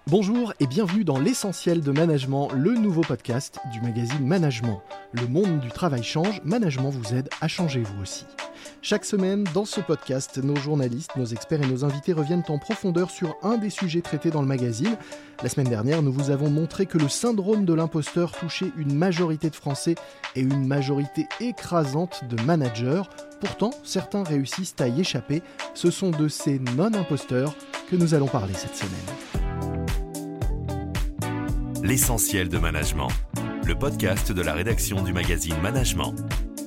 Bonjour et bienvenue dans l'essentiel de Management, le nouveau podcast du magazine Management. Le monde du travail change, Management vous aide à changer vous aussi. Chaque semaine, dans ce podcast, nos journalistes, nos experts et nos invités reviennent en profondeur sur un des sujets traités dans le magazine. La semaine dernière, nous vous avons montré que le syndrome de l'imposteur touchait une majorité de Français et une majorité écrasante de managers. Pourtant, certains réussissent à y échapper. Ce sont de ces non-imposteurs que nous allons parler cette semaine. L'essentiel de Management, le podcast de la rédaction du magazine Management.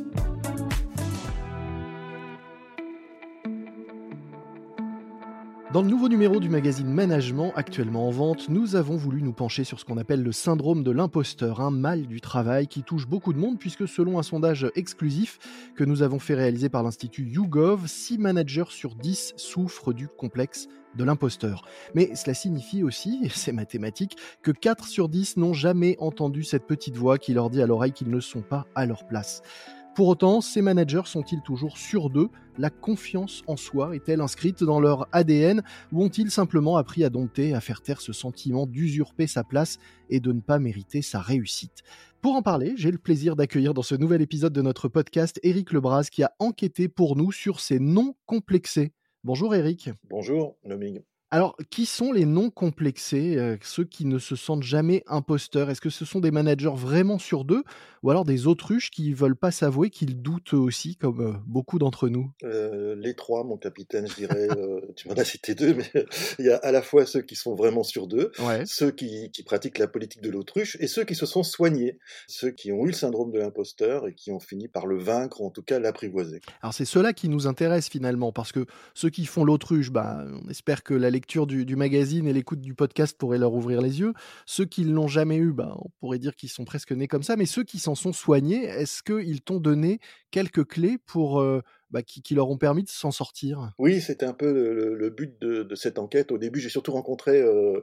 Dans le nouveau numéro du magazine Management, actuellement en vente, nous avons voulu nous pencher sur ce qu'on appelle le syndrome de l'imposteur, un mal du travail qui touche beaucoup de monde puisque selon un sondage exclusif que nous avons fait réaliser par l'Institut YouGov, 6 managers sur 10 souffrent du complexe de l'imposteur. Mais cela signifie aussi, et c'est mathématique, que 4 sur 10 n'ont jamais entendu cette petite voix qui leur dit à l'oreille qu'ils ne sont pas à leur place. Pour autant, ces managers sont-ils toujours sûrs d'eux ? La confiance en soi est-elle inscrite dans leur ADN ou ont-ils simplement appris à dompter, à faire taire ce sentiment d'usurper sa place et de ne pas mériter sa réussite ? Pour en parler, j'ai le plaisir d'accueillir dans ce nouvel épisode de notre podcast Éric Lebras qui a enquêté pour nous sur ces non complexés. Bonjour Éric. Bonjour Noming. Alors, qui sont les non complexés, ceux qui ne se sentent jamais imposteurs ? Est-ce que ce sont des managers vraiment sûrs d'eux ou alors des autruches qui ne veulent pas s'avouer qu'ils doutent eux aussi, comme beaucoup d'entre nous ? Les trois, mon capitaine, je dirais, tu m'en as cité deux, mais il y a à la fois ceux qui sont vraiment sûrs d'eux, Ouais. ceux qui pratiquent la politique de l'autruche, et ceux qui se sont soignés, ceux qui ont eu le syndrome de l'imposteur et qui ont fini par le vaincre, ou en tout cas l'apprivoiser. Alors c'est ceux-là qui nous intéressent finalement, parce que ceux qui font l'autruche, on espère que la lecture du magazine et l'écoute du podcast pourraient leur ouvrir les yeux. Ceux qui ne l'ont jamais eu, on pourrait dire qu'ils sont presque nés comme ça, mais ceux qui s'en sont soignés, est-ce qu'ils t'ont donné quelques clés pour, qui leur ont permis de s'en sortir ? Oui, c'était un peu le but de cette enquête. Au début, j'ai surtout rencontré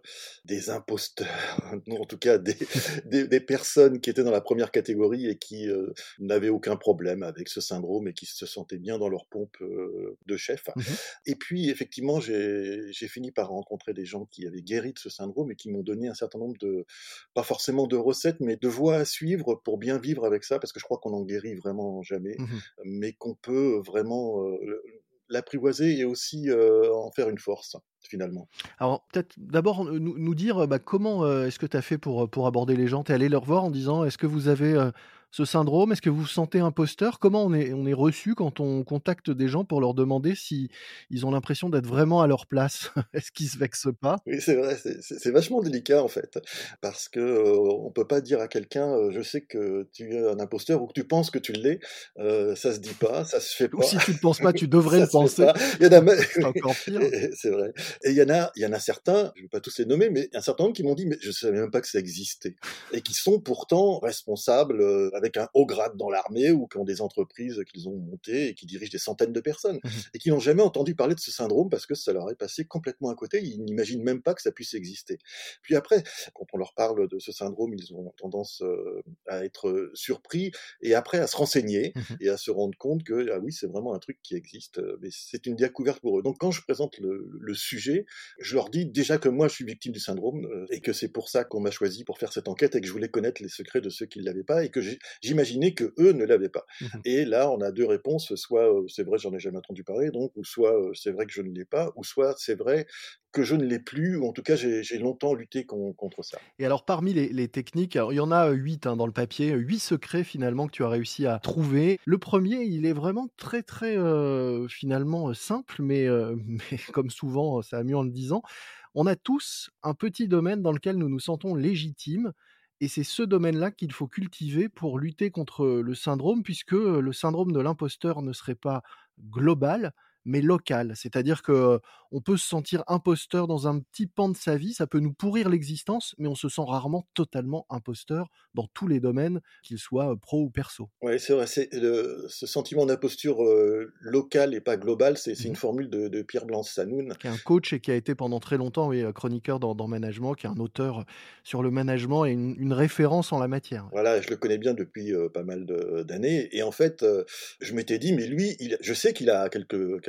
des imposteurs, non, en tout cas des personnes qui étaient dans la première catégorie et qui n'avaient aucun problème avec ce syndrome et qui se sentaient bien dans leur pompe de chef. Mmh. Et puis, effectivement, j'ai fini par rencontrer des gens qui avaient guéri de ce syndrome et qui m'ont donné un certain nombre pas forcément de recettes, mais de voies à suivre pour bien vivre avec ça, parce que je crois qu'on n'en guérit vraiment jamais, Mmh. mais qu'on peut vraiment l'apprivoiser et aussi en faire une force, finalement. Alors peut-être d'abord, nous dire, comment, est-ce que tu as fait pour aborder les gens ? Tu es allé leur voir en disant: «Est-ce que vous avez, ce syndrome? Est-ce que vous vous sentez imposteur ?» Comment on est reçu quand on contacte des gens pour leur demander si ils ont l'impression d'être vraiment à leur place? Est-ce qu'ils se vexent pas? Oui, c'est vrai, c'est vachement délicat, en fait, parce que, on peut pas dire à quelqu'un, «Je sais que tu es un imposteur» ou que tu penses que tu l'es, ça se dit pas, ça se fait Ou pas. si tu le penses pas, tu devrais Ça le se fait penser. pas. Il y en a même C'est encore pire. c'est vrai. Et il y en a certains, je vais pas tous les nommer, mais un certain nombre qui m'ont dit: «Mais je savais même pas que ça existait» et qui sont pourtant responsables, avec un haut grade dans l'armée ou qui ont des entreprises qu'ils ont montées et qui dirigent des centaines de personnes Mmh. et qui n'ont jamais entendu parler de ce syndrome parce que ça leur est passé complètement à côté. Ils n'imaginent même pas que ça puisse exister. Puis après, quand on leur parle de ce syndrome, ils ont tendance, à être, surpris et après à se renseigner Mmh. et à se rendre compte que, ah oui, c'est vraiment un truc qui existe, mais c'est une découverte pour eux. Donc quand je présente le sujet, je leur dis déjà que moi je suis victime du syndrome et que c'est pour ça qu'on m'a choisi pour faire cette enquête et que je voulais connaître les secrets de ceux qui ne l'avaient pas et que j'imaginais que eux ne l'avaient pas. Mmh. Et là, on a deux réponses, soit c'est vrai, j'en ai jamais entendu parler, donc, ou soit c'est vrai que je ne l'ai pas, ou soit c'est vrai que je ne l'ai plus, ou en tout cas j'ai longtemps lutté contre ça. Et alors parmi les techniques, alors il y en a 8 dans le papier, 8 secrets finalement que tu as réussi à trouver. Le premier, il est vraiment très, très, finalement, simple, mais mais comme souvent, ça va mieux en le disant. On a tous un petit domaine dans lequel nous nous sentons légitimes et c'est ce domaine-là qu'il faut cultiver pour lutter contre le syndrome puisque, le syndrome de l'imposteur ne serait pas global, mais local. C'est-à-dire que on peut se sentir imposteur dans un petit pan de sa vie, ça peut nous pourrir l'existence, mais on se sent rarement totalement imposteur dans tous les domaines, qu'ils soient, pro ou perso. Ouais, c'est vrai, ce sentiment d'imposture locale et pas globale, c'est Mmh. une formule de Pierre Blanc-Sanoun. Qui est un coach et qui a été pendant très longtemps, oui, chroniqueur dans Management, qui est un auteur, sur le management et une référence en la matière. Voilà, je le connais bien depuis pas mal d'années. Et en fait, je m'étais dit, mais lui, je sais qu'il a quelques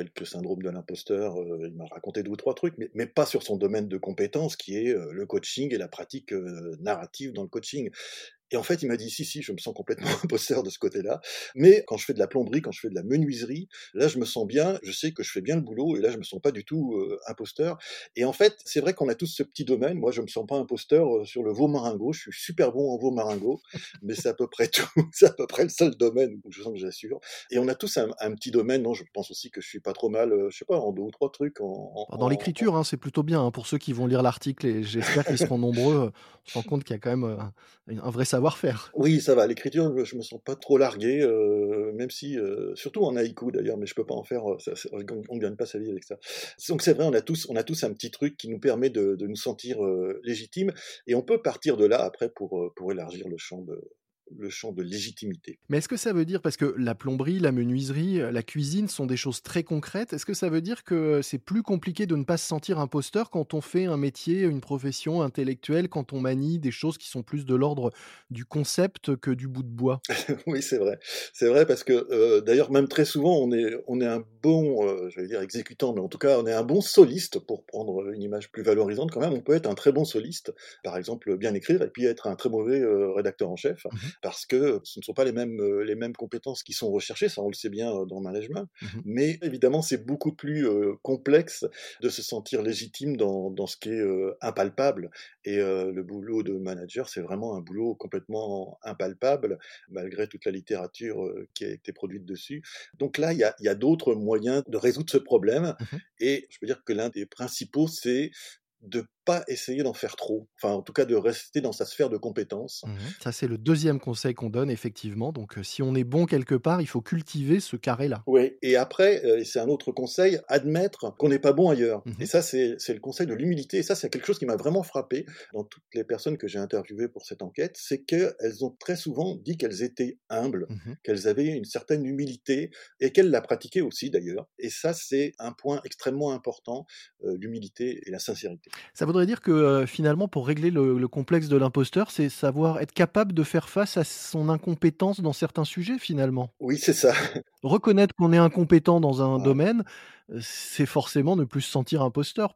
quelques syndromes de l'imposteur, il m'a raconté 2 ou 3 trucs, mais pas sur son domaine de compétence qui est, le coaching et la pratique, narrative dans le coaching. Et en fait, il m'a dit: «Si, je me sens complètement imposteur de ce côté-là, mais quand je fais de la plomberie, quand je fais de la menuiserie, là, je me sens bien, je sais que je fais bien le boulot et là, je me sens pas du tout, imposteur». Et en fait, c'est vrai qu'on a tous ce petit domaine. Moi, je me sens pas imposteur, sur le veau maringot. Je suis super bon en veau maringot, mais c'est à peu près tout. C'est à peu près le seul domaine où je sens que j'assure. Et on a tous un petit domaine. Non, je pense aussi que je suis pas trop mal, je sais pas, en 2 ou 3 trucs Alors dans l'écriture, hein, c'est plutôt bien, hein, pour ceux qui vont lire l'article et j'espère qu'ils seront nombreux, on se rend compte qu'il y a quand même, un vrai savoir-faire. Oui, ça va. L'écriture, je me sens pas trop largué, même si, surtout en haïku d'ailleurs, mais je peux pas en faire, on gagne pas sa vie avec ça. Donc c'est vrai, on a tous un petit truc qui nous permet de nous sentir, légitimes, et on peut partir de là après pour élargir le champ de légitimité. Mais est-ce que ça veut dire parce que la plomberie, la menuiserie, la cuisine sont des choses très concrètes, est-ce que ça veut dire que c'est plus compliqué de ne pas se sentir imposteur quand on fait un métier, une profession intellectuelle, quand on manie des choses qui sont plus de l'ordre du concept que du bout de bois? Oui, c'est vrai. C'est vrai parce que, d'ailleurs, même très souvent, on est un bon, j'allais dire exécutant, mais en tout cas, on est un bon soliste, pour prendre une image plus valorisante quand même. On peut être un très bon soliste, par exemple, bien écrire et puis être un très mauvais, rédacteur en chef, Mmh mh. parce que ce ne sont pas les mêmes compétences qui sont recherchées, ça on le sait bien, dans le management. Mmh. Mais évidemment, c'est beaucoup plus, complexe de se sentir légitime dans ce qui est, impalpable. Et le boulot de manager, c'est vraiment un boulot complètement impalpable, malgré toute la littérature, qui a été produite dessus. Donc là, il y a d'autres moyens de résoudre ce problème, Mmh. et je peux dire que l'un des principaux, c'est de pas essayer d'en faire trop. Enfin, en tout cas, de rester dans sa sphère de compétences. Mmh. Ça, c'est le deuxième conseil qu'on donne effectivement, donc si on est bon quelque part, il faut cultiver ce carré-là. Oui, et après, et c'est un autre conseil, admettre qu'on n'est pas bon ailleurs. Et Mmh. ça, c'est le conseil de l'humilité. Et ça, c'est quelque chose qui m'a vraiment frappé dans toutes les personnes que j'ai interviewées pour cette enquête, c'est qu'elles ont très souvent dit qu'elles étaient humbles, Mmh. qu'elles avaient une certaine humilité, et qu'elles la pratiquaient aussi d'ailleurs. Et ça, c'est un point extrêmement important, l'humilité et la sincérité. Ça voudrait dire que, finalement, pour régler le complexe de l'imposteur, c'est savoir être capable de faire face à son incompétence dans certains sujets, finalement? Oui, c'est ça. Reconnaître qu'on est incompétent dans un Voilà. domaine, c'est forcément ne plus se sentir imposteur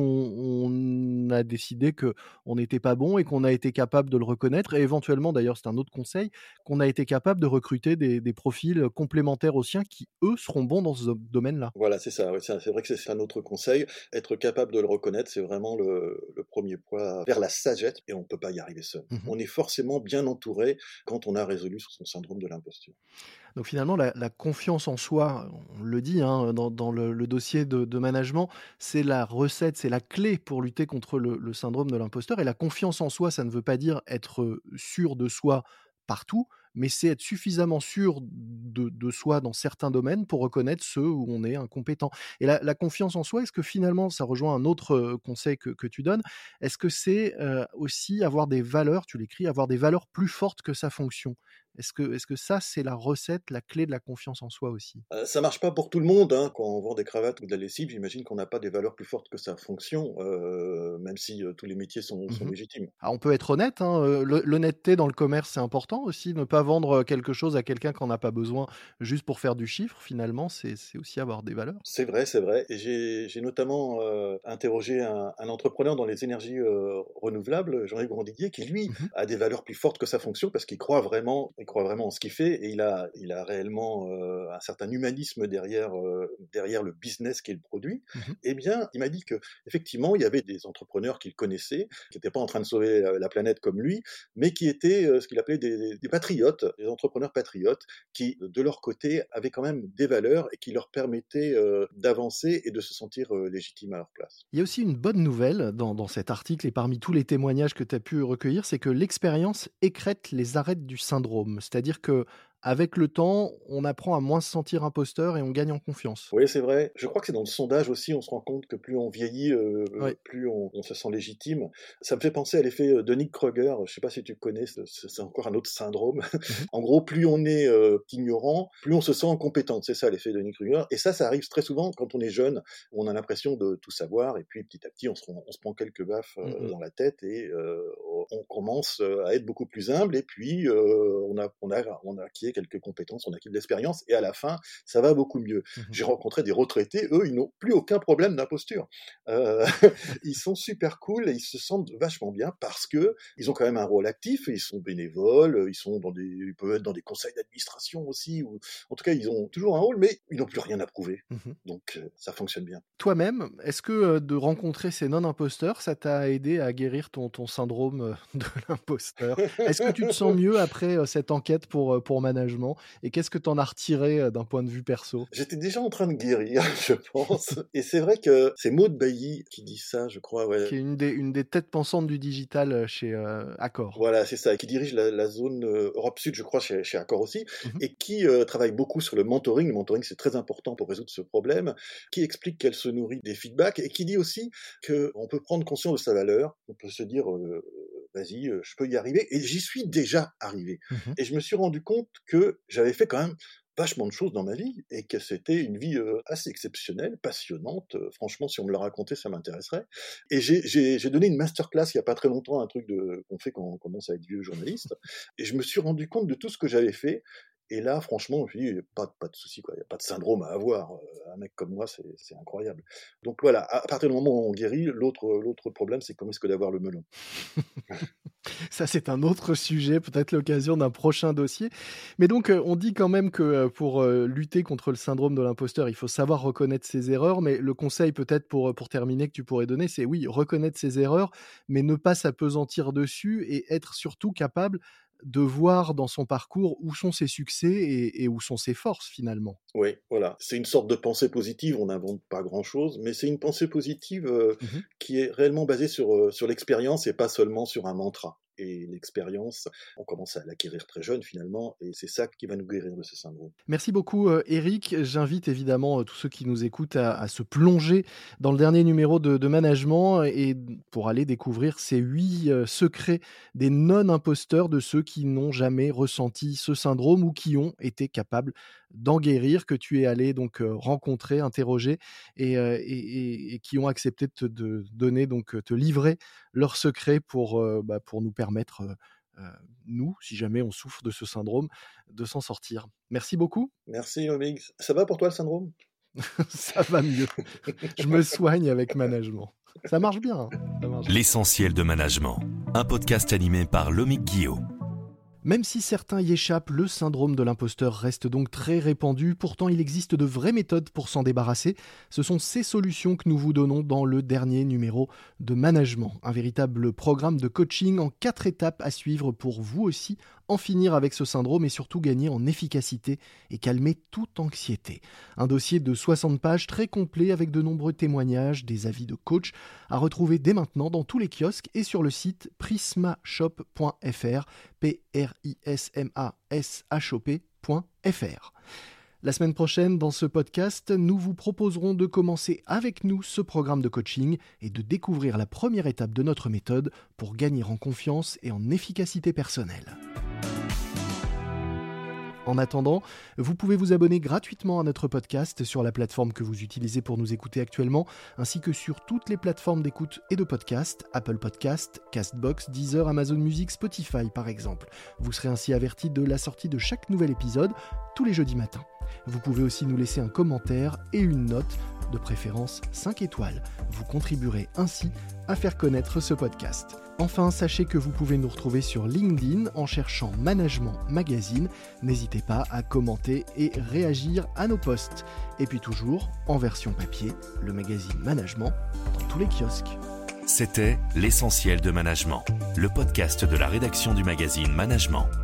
puisqu'on a décidé qu'on n'était pas bon et qu'on a été capable de le reconnaître et éventuellement, d'ailleurs, c'est un autre conseil, qu'on a été capable de recruter des profils complémentaires aux siens qui, eux, seront bons dans ce domaine-là. Voilà, c'est ça, ouais, c'est vrai que c'est un autre conseil. Être capable de le reconnaître, c'est vraiment le 1er pas vers la sagesse, et on ne peut pas y arriver seul. Mmh. On est forcément bien entouré quand on a résolu son syndrome de l'imposture. Donc finalement, la confiance en soi, on le dit, hein, dans le dossier de management, c'est la recette, c'est la clé pour lutter contre le syndrome de l'imposteur et la confiance en soi, ça ne veut pas dire être, sûr de soi partout, mais c'est être suffisamment sûr de soi dans certains domaines pour reconnaître ceux où on est incompétent et la confiance en soi, est-ce que finalement ça rejoint un autre, conseil que tu donnes? Est-ce que c'est, aussi avoir des valeurs, tu l'écris, avoir des valeurs plus fortes que sa fonction? Est-ce que ça, c'est la recette, la clé de la confiance en soi aussi? Ça marche pas pour tout le monde, hein. Quand on vend des cravates ou de la lessive, j'imagine qu'on n'a pas des valeurs plus fortes que sa fonction, même si, tous les métiers sont Mmh. légitimes. Ah, on peut être honnête, hein, l'honnêteté dans le commerce, c'est important aussi. Ne pas vendre, quelque chose à quelqu'un qu'on n'a pas besoin juste pour faire du chiffre, finalement, c'est aussi avoir des valeurs. C'est vrai, et j'ai notamment, interrogé un entrepreneur dans les énergies, renouvelables, Jean-Yves Grandiguier, qui lui Mmh. a des valeurs plus fortes que sa fonction, parce qu'il croit vraiment en ce qu'il fait, et il a réellement, un certain humanisme derrière le business qui est le produit. Mmh. Eh bien, il m'a dit qu'effectivement, il y avait des entrepreneurs qu'il connaissait, qui n'étaient pas en train de sauver, la planète comme lui, mais qui étaient, ce qu'il appelait des patriotes, des entrepreneurs patriotes, qui, de leur côté, avaient quand même des valeurs et qui leur permettaient, d'avancer et de se sentir, légitimes à leur place. Il y a aussi une bonne nouvelle dans cet article et parmi tous les témoignages que tu as pu recueillir, c'est que l'expérience écrête les arêtes du syndrome. C'est-à-dire que avec le temps, on apprend à moins se sentir imposteur et on gagne en confiance. Oui, c'est vrai. Je crois que c'est dans le sondage aussi, on se rend compte que plus on vieillit, Oui. plus on se sent légitime. Ça me fait penser à l'effet, Dunning-Kruger, je ne sais pas si tu connais, c'est encore un autre syndrome. Mmh. En gros, plus on est, ignorant, plus on se sent compétent. C'est ça l'effet Dunning-Kruger, et ça arrive très souvent quand on est jeune, où on a l'impression de tout savoir, et puis petit à petit on se prend quelques baffes, Mmh mh. dans la tête, et on commence, à être beaucoup plus humble, et puis, on a acquis quelques compétences, on acquiert de l'expérience, et à la fin, ça va beaucoup mieux. J'ai rencontré des retraités, eux, ils n'ont plus aucun problème d'imposture. Ils sont super cool et ils se sentent vachement bien parce que ils ont quand même un rôle actif, ils sont bénévoles, ils peuvent être dans des conseils d'administration aussi, ou en tout cas, ils ont toujours un rôle, mais ils n'ont plus rien à prouver. Donc, ça fonctionne bien. Toi-même, est-ce que de rencontrer ces non-imposteurs, ça t'a aidé à guérir ton syndrome de l'imposteur? Est-ce que tu te sens mieux après cette enquête pour management? Et qu'est-ce que tu en as retiré d'un point de vue perso? J'étais déjà en train de guérir, je pense. Et c'est vrai que c'est Maud Bailly qui dit ça, je crois. Ouais. Qui est une des têtes pensantes du digital chez Accor. Voilà, c'est ça, qui dirige la zone Europe Sud, je crois, chez Accor aussi, et qui travaille beaucoup sur le mentoring. Le mentoring, c'est très important pour résoudre ce problème, qui explique qu'elle se nourrit des feedbacks, et qui dit aussi qu'on peut prendre conscience de sa valeur, on peut se dire... vas-y, je peux y arriver. Et j'y suis déjà arrivé. Et je me suis rendu compte que j'avais fait quand même vachement de choses dans ma vie et que c'était une vie assez exceptionnelle, passionnante. Franchement, si on me la racontait, ça m'intéresserait. Et j'ai donné une masterclass il n'y a pas très longtemps, un truc qu'on fait quand on commence à être vieux journaliste. Et je me suis rendu compte de tout ce que j'avais fait. Et là, franchement, je me suis dit, pas de souci, quoi. Il n'y a pas de syndrome à avoir. Un mec comme moi, c'est incroyable. Donc voilà, à partir du moment où on guérit, l'autre problème, c'est comment est-ce que d'avoir le melon. Ça, c'est un autre sujet, peut-être l'occasion d'un prochain dossier. Mais donc, on dit quand même que pour lutter contre le syndrome de l'imposteur, il faut savoir reconnaître ses erreurs. Mais le conseil, peut-être pour terminer, que tu pourrais donner, c'est oui, reconnaître ses erreurs, mais ne pas s'apesantir dessus et être surtout capable de voir dans son parcours où sont ses succès et où sont ses forces, finalement. Oui, voilà. C'est une sorte de pensée positive, on n'invente pas grand-chose, mais c'est une pensée positive qui est réellement basée sur l'expérience et pas seulement sur un mantra. Et l'expérience, on commence à l'acquérir très jeune finalement, et c'est ça qui va nous guérir de ce syndrome. Merci beaucoup Eric. J'invite évidemment tous ceux qui nous écoutent à se plonger dans le dernier numéro de Management et pour aller découvrir ces 8 secrets des non-imposteurs, de ceux qui n'ont jamais ressenti ce syndrome ou qui ont été capables d'en guérir, que tu es allé donc rencontrer, interroger et qui ont accepté de te donner, donc te livrer leurs secrets pour nous permettre, nous, si jamais on souffre de ce syndrome, de s'en sortir. Merci beaucoup. Merci Omix. Ça va pour toi le syndrome? Ça va mieux. Je me soigne avec Management. Ça marche bien. Hein. Ça marche bien. L'essentiel de Management, un podcast animé par Lomic Guillot. Même si certains y échappent, le syndrome de l'imposteur reste donc très répandu. Pourtant, il existe de vraies méthodes pour s'en débarrasser. Ce sont ces solutions que nous vous donnons dans le dernier numéro de Management. Un véritable programme de coaching en 4 étapes à suivre pour vous aussi en finir avec ce syndrome et surtout gagner en efficacité et calmer toute anxiété. Un dossier de 60 pages très complet avec de nombreux témoignages, des avis de coach à retrouver dès maintenant dans tous les kiosques et sur le site prismashop.fr, prismashop.fr. La semaine prochaine, dans ce podcast, nous vous proposerons de commencer avec nous ce programme de coaching et de découvrir la première étape de notre méthode pour gagner en confiance et en efficacité personnelle. En attendant, vous pouvez vous abonner gratuitement à notre podcast sur la plateforme que vous utilisez pour nous écouter actuellement, ainsi que sur toutes les plateformes d'écoute et de podcast, Apple Podcast, Castbox, Deezer, Amazon Music, Spotify par exemple. Vous serez ainsi averti de la sortie de chaque nouvel épisode, tous les jeudis matins. Vous pouvez aussi nous laisser un commentaire et une note, de préférence 5 étoiles. Vous contribuerez ainsi à faire connaître ce podcast. Enfin, sachez que vous pouvez nous retrouver sur LinkedIn en cherchant Management Magazine. N'hésitez pas à commenter et réagir à nos posts. Et puis toujours, en version papier, le magazine Management dans tous les kiosques. C'était L'essentiel de Management, le podcast de la rédaction du magazine Management.